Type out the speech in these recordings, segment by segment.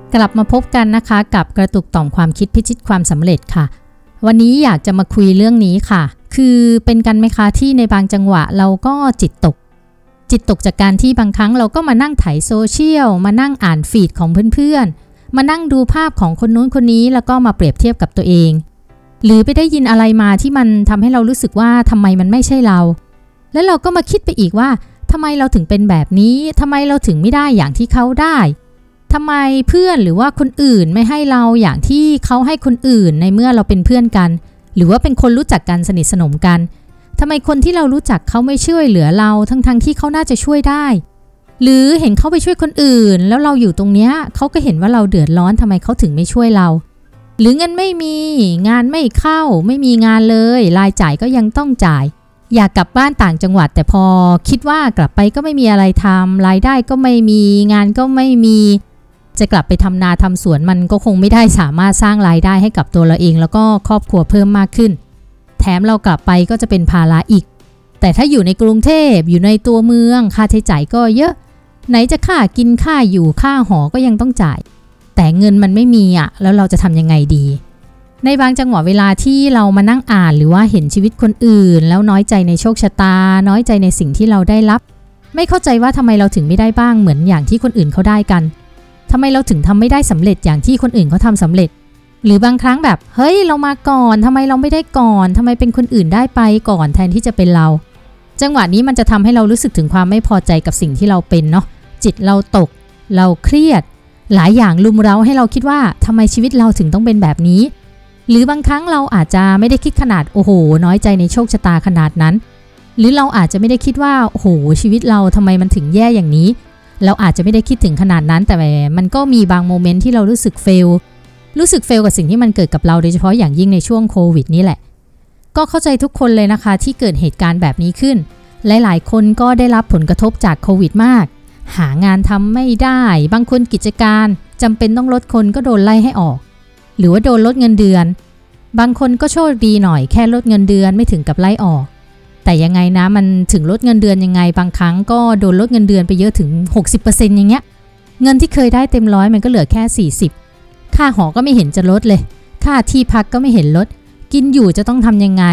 กลับมาพบกันนะคะกับกระตุกต่อมความคิดพิชิตความสำเร็จค่ะวันนี้อยากจะมาคุยเรื่องนี้ค่ะคือเป็นกันไหมคะที่ในบางจังหวะเราก็จิตตกจากการที่บางครั้งเราก็มานั่งไถโซเชียลมานั่งอ่านฟีดของเพื่อนๆมานั่งดูภาพของคนนู้นคนนี้แล้วก็มาเปรียบเทียบกับตัวเองหรือไปได้ยินอะไรมาที่มันทำให้เรารู้สึกว่าทำไมมันไม่ใช่เราแล้วเราก็มาคิดไปอีกว่าทำไมเราถึงเป็นแบบนี้ทำไมเราถึงไม่ได้อย่างที่เขาได้ทำไมเพื่อนหรือว่าคนอื่นไม่ให้เราอย่างที่เขาให้คนอื่นในเมื่อเราเป็นเพื่อนกันหรือว่าเป็นคนรู้จักกันสนิทสนมกันทำไมคนที่เรารู้จักเขาไม่ช่วยเหลือเราทั้งที่เขาน่าจะช่วยได้หรือเห็นเขาไปช่วยคนอื่นแล้วเราอยู่ตรงเนี้ยเขาก็เห็นว่าเราเดือดร้อนทำไมเขาถึงไม่ช่วยเราหรือเงินไม่มีงานไม่เข้าไม่มีงานเลยรายจ่ายก็ยังต้องจ่ายอยากกลับบ้านต่างจังหวัดแต่พอคิดว่ากลับไปก็ไม่มีอะไรทำรายได้ก็ไม่มีงานก็ไม่มีจะกลับไปทำนาทำสวนมันก็คงไม่ได้สามารถสร้างรายได้ให้กับตัวเราเองแล้วก็ครอบครัวเพิ่มมากขึ้นแถมเรากลับไปก็จะเป็นภาระอีกแต่ถ้าอยู่ในกรุงเทพอยู่ในตัวเมืองค่าใช้จ่ายก็เยอะไหนจะค่ากินค่าอยู่ค่าหอก็ยังต้องจ่ายแต่เงินมันไม่มีแล้วเราจะทำยังไงดีในบางจังหวะเวลาที่เรามานั่งอ่านหรือว่าเห็นชีวิตคนอื่นแล้วน้อยใจในโชคชะตาน้อยใจในสิ่งที่เราได้รับไม่เข้าใจว่าทำไมเราถึงไม่ได้บ้างเหมือนอย่างที่คนอื่นเขาได้กันทำไมเราถึงทำไม่ได้สำเร็จอย่างที่คนอื่นเขาทำสำเร็จหรือบางครั้งแบบเฮ้ยเรามาก่อนทำไมเราไม่ได้ก่อนทำไมเป็นคนอื่นได้ไปก่อนแทนที่จะเป็นเราจังหวะนี้มันจะทำให้เรารู้สึกถึงความไม่พอใจกับสิ่งที่เราเป็นเนาะจิตเราตกเราเครียดหลายอย่างลุมเร้าให้เราคิดว่าทำไมชีวิตเราถึงต้องเป็นแบบนี้หรือบางครั้งเราอาจจะไม่ได้คิดขนาดโอ้โหน้อยใจในโชคชะตาขนาดนั้นหรือเราอาจจะไม่ได้คิดว่าโอ้โหชีวิตเราทำไมมันถึงแย่อย่างนี้เราอาจจะไม่ได้คิดถึงขนาดนั้นแต่มันก็มีบางโมเมนต์ที่เรารู้สึกเฟลกับสิ่งที่มันเกิดกับเราโดยเฉพาะอย่างยิ่งในช่วงโควิดนี่แหละก็เข้าใจทุกคนเลยนะคะที่เกิดเหตุการณ์แบบนี้ขึ้นหลายๆคนก็ได้รับผลกระทบจากโควิดมากหางานทำไม่ได้บางคนกิจการจำเป็นต้องลดคนก็โดนไล่ให้ออกหรือว่าโดนลดเงินเดือนบางคนก็โชคดีหน่อยแค่ลดเงินเดือนไม่ถึงกับไล่ออกแต่ยังไงนะมันถึงลดเงินเดือนยังไงบางครั้งก็โดนลดเงินเดือนไปเยอะถึง 60% อย่างเงี้ยเงินที่เคยได้เต็ม100มันก็เหลือแค่40ค่าหอก็ไม่เห็นจะลดเลยค่าที่พักก็ไม่เห็นลดกินอยู่จะต้องทำยังไง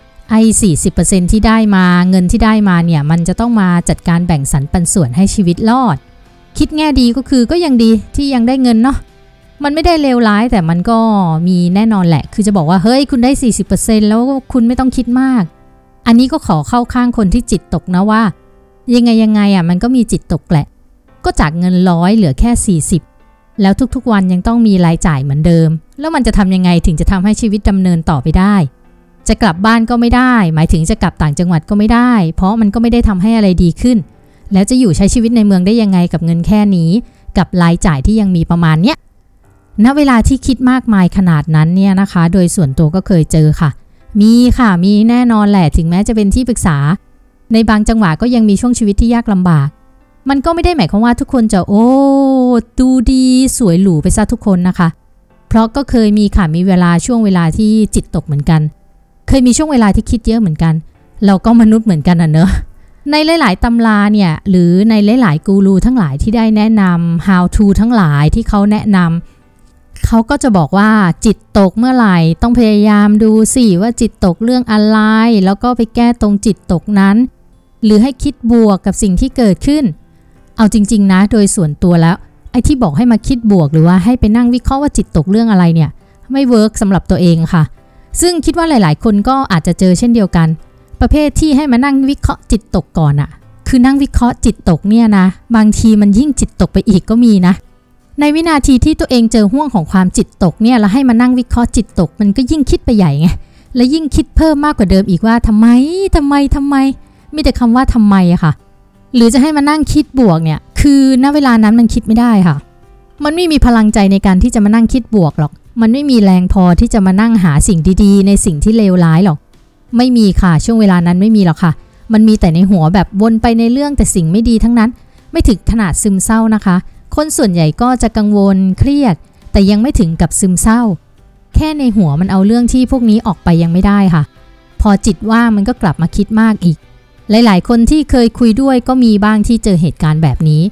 40% ที่ได้มาเงินที่ได้มาเนี่ยมันจะต้องมาจัดการแบ่งสรรปันส่วนให้ชีวิตรอดคิดแง่ดีก็คือก็ยังดีที่ยังได้เงินเนาะมันไม่ได้เลวร้ายแต่มันก็มีแน่นอนแหละคือจะบอกว่าเฮ้ยคุณได้ 40% แล้วคุณไม่ต้องคิดมากอันนี้ก็ขอเข้าข้างคนที่จิตตกนะว่ายังไงมันก็มีจิตตกแหละก็จากเงิน100เหลือแค่40แล้วทุกๆวันยังต้องมีรายจ่ายเหมือนเดิมแล้วมันจะทำยังไงถึงจะทำให้ชีวิตดำเนินต่อไปได้จะกลับบ้านก็ไม่ได้หมายถึงจะกลับต่างจังหวัดก็ไม่ได้เพราะมันก็ไม่ได้ทำให้อะไรดีขึ้นแล้วจะอยู่ใช้ชีวิตในเมืองได้ยังไงกับเงินแค่นี้กับรายจ่ายที่ยังมีประมาณเนี้ยณเวลาที่คิดมากมายขนาดนั้นเนี่ยนะคะโดยส่วนตัวก็เคยเจอค่ะมีแน่นอนแหละถึงแม้จะเป็นที่ปรึกษาในบางจังหวะก็ยังมีช่วงชีวิตที่ยากลำบากมันก็ไม่ได้หมายความว่าทุกคนจะโอ้ดูดีสวยหรูไปซะทุกคนนะคะเพราะก็เคยมีค่ะมีช่วงเวลาที่จิตตกเหมือนกันเคยมีช่วงเวลาที่คิดเยอะเหมือนกันเราก็มนุษย์เหมือนกันเนอะในหลายๆตำราเนี่ยหรือในหลายๆกูรูทั้งหลายที่ได้แนะนำ how to ทั้งหลายที่เขาแนะนำเขาก็จะบอกว่าจิตตกเมื่อไหร่ต้องพยายามดูสิว่าจิตตกเรื่องอะไรแล้วก็ไปแก้ตรงจิตตกนั้นหรือให้คิดบวกกับสิ่งที่เกิดขึ้นเอาจริงๆนะโดยส่วนตัวแล้วไอ้ที่บอกให้มาคิดบวกหรือว่าให้ไปนั่งวิเคราะห์ว่าจิตตกเรื่องอะไรเนี่ยไม่เวิร์กสำหรับตัวเองค่ะซึ่งคิดว่าหลายๆคนก็อาจจะเจอเช่นเดียวกันประเภทที่ให้มานั่งวิเคราะห์จิตตกก่อนคือนั่งวิเคราะห์จิตตกเนี่ยนะบางทีมันยิ่งจิตตกไปอีกก็มีนะในวินาทีที่ตัวเองเจอห่วงของความจิตตกเนี่ยแล้วให้มานั่งวิเคราะห์จิตตกมันก็ยิ่งคิดไปใหญ่ไงและยิ่งคิดเพิ่มมากกว่าเดิมอีกว่าทำไมมีแต่คำว่าทำไมอะค่ะหรือจะให้มานั่งคิดบวกเนี่ยคือณเวลานั้นมันคิดไม่ได้ค่ะมันไม่มีพลังใจในการที่จะมานั่งคิดบวกหรอกมันไม่มีแรงพอที่จะมานั่งหาสิ่งดีๆในสิ่งที่เลวร้ายหรอกไม่มีค่ะช่วงเวลานั้นไม่มีหรอกค่ะมันมีแต่ในหัวแบบวนไปในเรื่องแต่สิ่งไม่ดีทั้งนั้นไม่ถึงขนาดซึมเศร้านะคะคนส่วนใหญ่ก็จะกังวลเครียดแต่ยังไม่ถึงกับซึมเศร้าแค่ในหัวมันเอาเรื่องที่พวกนี้ออกไปยังไม่ได้ค่ะพอจิตว่างมันก็กลับมาคิดมากอีกหลายๆคนที่เคยคุยด้วยก็มีบ้างที่เจอเหตุการณ์แบบนี้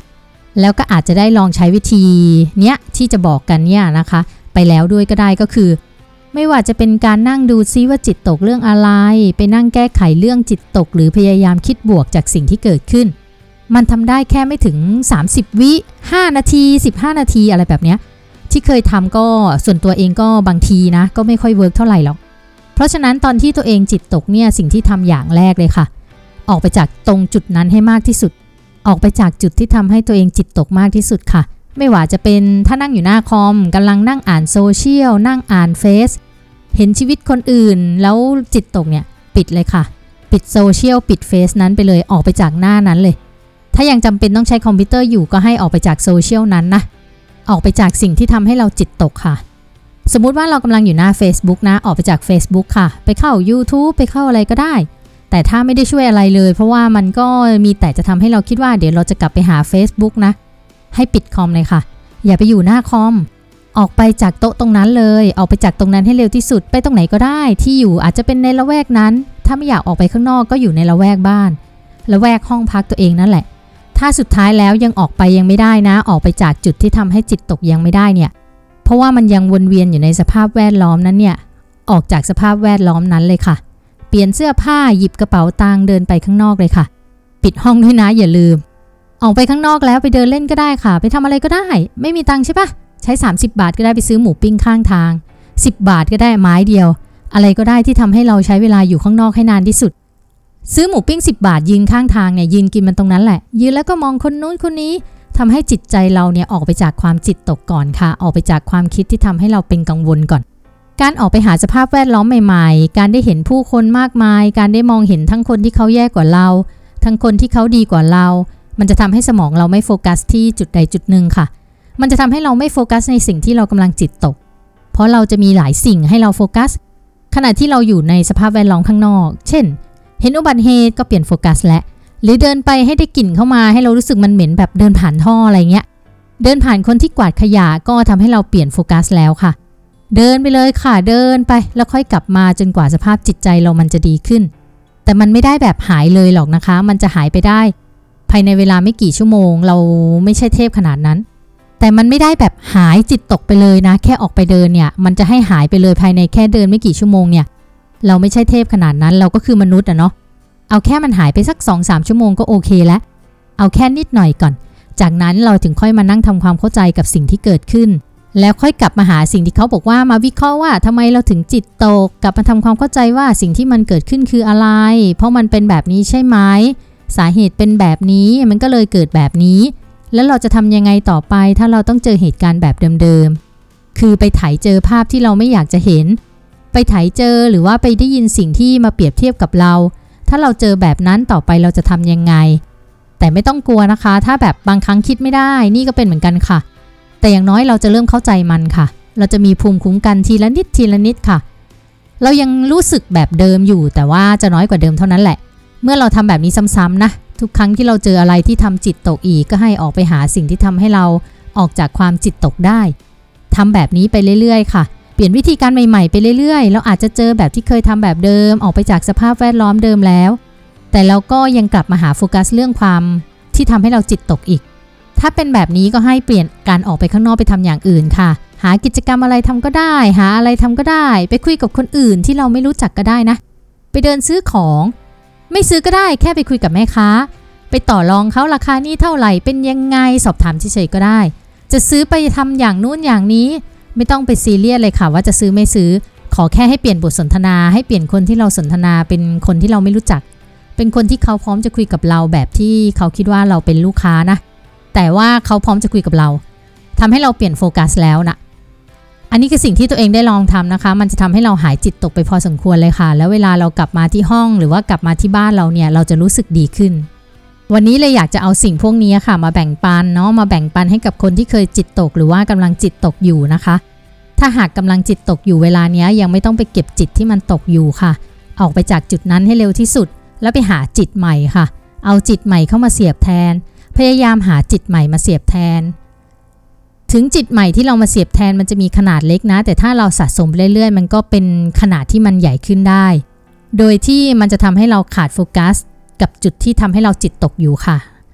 แล้วก็อาจจะได้ลองใช้วิธีเนี้ยที่จะบอกกันเนี่ยนะคะไปแล้วด้วยก็ได้ก็คือไม่ว่าจะเป็นการนั่งดูซิว่าจิตตกเรื่องอะไรไปนั่งแก้ไขเรื่องจิตตกหรือพยายามคิดบวกจากสิ่งที่เกิดขึ้นมันทำได้แค่ไม่ถึง30วิ5นาที15นาทีอะไรแบบเนี้ยที่เคยทำก็ส่วนตัวเองก็บางทีนะก็ไม่ค่อยเวิร์กเท่าไหร่หรอกเพราะฉะนั้นตอนที่ตัวเองจิตตกเนี่ยสิ่งที่ทำอย่างแรกเลยค่ะออกไปจากตรงจุดนั้นให้มากที่สุดออกไปจากจุดที่ทำให้ตัวเองจิตตกมากที่สุดค่ะไม่ว่าจะเป็นถ้านั่งอยู่หน้าคอมกำลังนั่งอ่านโซเชียลนั่งอ่านเฟซเห็นชีวิตคนอื่นแล้วจิตตกเนี่ยปิดเลยค่ะปิดโซเชียลปิดเฟซนั้นไปเลยออกไปจากหน้านั้นเลยถ้ายังจำเป็นต้องใช้คอมพิวเตอร์อยู่ก็ให้ออกไปจากโซเชียลนั้นนะออกไปจากสิ่งที่ทำให้เราจิตตกค่ะสมมุติว่าเรากำลังอยู่หน้า Facebook นะออกไปจาก Facebook ค่ะไปเข้า YouTube ไปเข้าอะไรก็ได้แต่ถ้าไม่ได้ช่วยอะไรเลยเพราะว่ามันก็มีแต่จะทำให้เราคิดว่าเดี๋ยวเราจะกลับไปหา Facebook นะให้ปิดคอมเลยค่ะอย่าไปอยู่หน้าคอมออกไปจากโต๊ะตรงนั้นเลยออกไปจากตรงนั้นให้เร็วที่สุดไปตรงไหนก็ได้ที่อยู่อาจจะเป็นในละแวกนั้นถ้าไม่อยากออกไปข้างนอกก็อยู่ในละแวกบ้านละแวกห้องพักตัวเองนั่นแหละถ้าสุดท้ายแล้วยังออกไปยังไม่ได้นะออกไปจากจุดที่ทำให้จิตตกยังไม่ได้เนี่ยเพราะว่ามันยังวนเวียนอยู่ในสภาพแวดล้อมนั้นเนี่ยออกจากสภาพแวดล้อมนั้นเลยค่ะเปลี่ยนเสื้อผ้าหยิบกระเป๋าตังค์เดินไปข้างนอกเลยค่ะปิดห้องด้วยนะอย่าลืมออกไปข้างนอกแล้วไปเดินเล่นก็ได้ค่ะไปทำอะไรก็ได้ไม่มีตังค์ใช่ปะใช้30 บาทก็ได้ไปซื้อหมูปิ้งข้างทาง10 บาทก็ได้ไม้เดียวอะไรก็ได้ที่ทำให้เราใช้เวลาอยู่ข้างนอกให้นานที่สุดซื้อหมูปิ้ง10 บาทยืนข้างทางเนี่ยยืนกินมันตรงนั้นแหละยืนแล้วก็มองคนนู้นคนนี้ทำให้จิตใจเราเนี่ยออกไปจากความจิตตกก่อนค่ะออกไปจากความคิดที่ทำให้เราเป็นกังวลก่อนการออกไปหาสภาพแวดล้อมใหม่ๆการได้เห็นผู้คนมากมายการได้มองเห็นทั้งคนที่เขาแย่กว่าเราทั้งคนที่เขาดีกว่าเรามันจะทำให้สมองเราไม่โฟกัสที่จุดใดจุดหนึ่งค่ะมันจะทำให้เราไม่โฟกัสในสิ่งที่เรากำลังจิตตกเพราะเราจะมีหลายสิ่งให้เราโฟกัสขณะที่เราอยู่ในสภาพแวดล้อมข้างนอกเช่นเห็นอุบัติเหตุก็เปลี่ยนโฟกัสแล้วหรือเดินไปให้ได้กลิ่นเข้ามาให้เรารู้สึกมันเหม็นแบบเดินผ่านท่ออะไรเงี้ยเดินผ่านคนที่กวาดขยะก็ทำให้เราเปลี่ยนโฟกัสแล้วค่ะเดินไปเลยค่ะเดินไปแล้วค่อยกลับมาจนกว่าสภาพจิตใจเรามันจะดีขึ้นแต่มันไม่ได้แบบหายเลยหรอกนะคะมันจะหายไปได้ภายในเวลาไม่กี่ชั่วโมงเราไม่ใช่เทพขนาดนั้นแต่มันไม่ได้แบบหายจิตตกไปเลยนะแค่ออกไปเดินเนี่ยมันจะให้หายไปเลยภายในแค่เดินไม่กี่ชั่วโมงเนี่ยเราไม่ใช่เทพขนาดนั้นเราก็คือมนุษย์อะเนาะเอาแค่มันหายไปสัก 2-3 ชั่วโมงก็โอเคแล้วเอาแค่นิดหน่อยก่อนจากนั้นเราถึงค่อยมานั่งทำความเข้าใจกับสิ่งที่เกิดขึ้นแล้วค่อยกลับมาหาสิ่งที่เขาบอกว่ามาวิเคราะห์ว่าทำไมเราถึงจิตตกกลับมาทำความเข้าใจว่าสิ่งที่มันเกิดขึ้นคืออะไรเพราะมันเป็นแบบนี้ใช่ไหมสาเหตุเป็นแบบนี้มันก็เลยเกิดแบบนี้แล้วเราจะทำยังไงต่อไปถ้าเราต้องเจอเหตุการณ์แบบเดิมๆคือไปไถเจอภาพที่เราไม่อยากจะเห็นไปไถเจอหรือว่าไปได้ยินสิ่งที่มาเปรียบเทียบกับเราถ้าเราเจอแบบนั้นต่อไปเราจะทำยังไงแต่ไม่ต้องกลัวนะคะถ้าแบบบางครั้งคิดไม่ได้นี่ก็เป็นเหมือนกันค่ะแต่อย่างน้อยเราจะเริ่มเข้าใจมันค่ะเราจะมีภูมิคุ้มกันทีละนิดทีละนิดค่ะเรายังรู้สึกแบบเดิมอยู่แต่ว่าจะน้อยกว่าเดิมเท่านั้นแหละเมื่อเราทำแบบนี้ซ้ำๆนะทุกครั้งที่เราเจออะไรที่ทำจิตตกอีกก็ให้ออกไปหาสิ่งที่ทำให้เราออกจากความจิตตกได้ทำแบบนี้ไปเรื่อยๆค่ะเปลี่ยนวิธีการใหม่ๆไปเรื่อยๆเราอาจจะเจอแบบที่เคยทำแบบเดิมออกไปจากสภาพแวดล้อมเดิมแล้วแต่เราก็ยังกลับมาหาโฟกัสเรื่องความที่ทำให้เราจิตตกอีกถ้าเป็นแบบนี้ก็ให้เปลี่ยนการออกไปข้างนอกไปทำอย่างอื่นค่ะหากิจกรรมอะไรทำก็ได้หาอะไรทำก็ได้ไปคุยกับคนอื่นที่เราไม่รู้จักก็ได้นะไปเดินซื้อของไม่ซื้อก็ได้แค่ไปคุยกับแม่ค้าไปต่อรองเขาราคานี้เท่าไหร่เป็นยังไงสอบถามเฉยๆก็ได้จะซื้อไปทำอย่างนู้นอย่างนี้ไม่ต้องไปซีเรียสเลยค่ะว่าจะซื้อไม่ซื้อขอแค่ให้เปลี่ยนบทสนทนาให้เปลี่ยนคนที่เราสนทนาเป็นคนที่เราไม่รู้จักเป็นคนที่เขาพร้อมจะคุยกับเราแบบที่เขาคิดว่าเราเป็นลูกค้านะแต่ว่าเขาพร้อมจะคุยกับเราทำให้เราเปลี่ยนโฟกัสแล้วนะอันนี้คือสิ่งที่ตัวเองได้ลองทำนะคะมันจะทำให้เราหายจิตตกไปพอสมควรเลยค่ะแล้วเวลาเรากลับมาที่ห้องหรือว่ากลับมาที่บ้านเราเนี่ยเราจะรู้สึกดีขึ้นวันนี้เลยอยากจะเอาสิ่งพวกนี้ค่ะมาแบ่งปันเนาะมาแบ่งปันให้กับคนที่เคยจิตตกหรือว่ากำลังจิตตกอยู่นะคะถ้าหากกำลังจิตตกอยู่เวลานี้ยังไม่ต้องไปเก็บจิตที่มันตกอยู่ค่ะออกไปจากจุดนั้นให้เร็วที่สุดแล้วไปหาจิตใหม่ค่ะเอาจิตใหม่เข้ามาเสียบแทนพยายามหาจิตใหม่มาเสียบแทนถึงจิตใหม่ที่เรามาเสียบแทนมันจะมีขนาดเล็กนะแต่ถ้าเราสะสมเรื่อยๆมันก็เป็นขนาดที่มันใหญ่ขึ้นได้โดยที่มันจะทำให้เราขาดโฟกัสกับจุดที่ทำให้เราจิตตกอยู่ค่ะ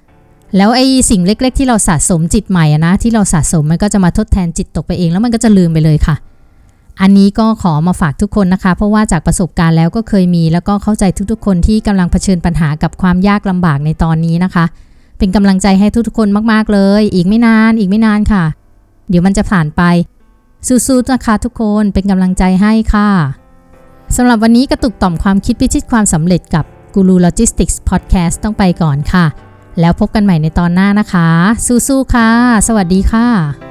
แล้วไอ้สิ่งเล็กๆที่เราสะสมจิตใหม่นะที่เราสะสมมันก็จะมาทดแทนจิตตกไปเองแล้วมันก็จะลืมไปเลยค่ะอันนี้ก็ขอมาฝากทุกคนนะคะเพราะว่าจากประสบการณ์แล้วก็เคยมีแล้วก็เข้าใจทุกๆคนที่กำลังเผชิญปัญหากับความยากลำบากในตอนนี้นะคะเป็นกำลังใจให้ทุกๆคนมากๆเลยอีกไม่นานค่ะเดี๋ยวมันจะผ่านไปสู้ๆนะคะทุกคนเป็นกำลังใจให้ค่ะสำหรับวันนี้กระตุกต่อมความคิดพิชิตความสำเร็จกับกูรูโลจิสติกส์พอดแคสต์ต้องไปก่อนค่ะแล้วพบกันใหม่ในตอนหน้านะคะสู้ๆค่ะสวัสดีค่ะ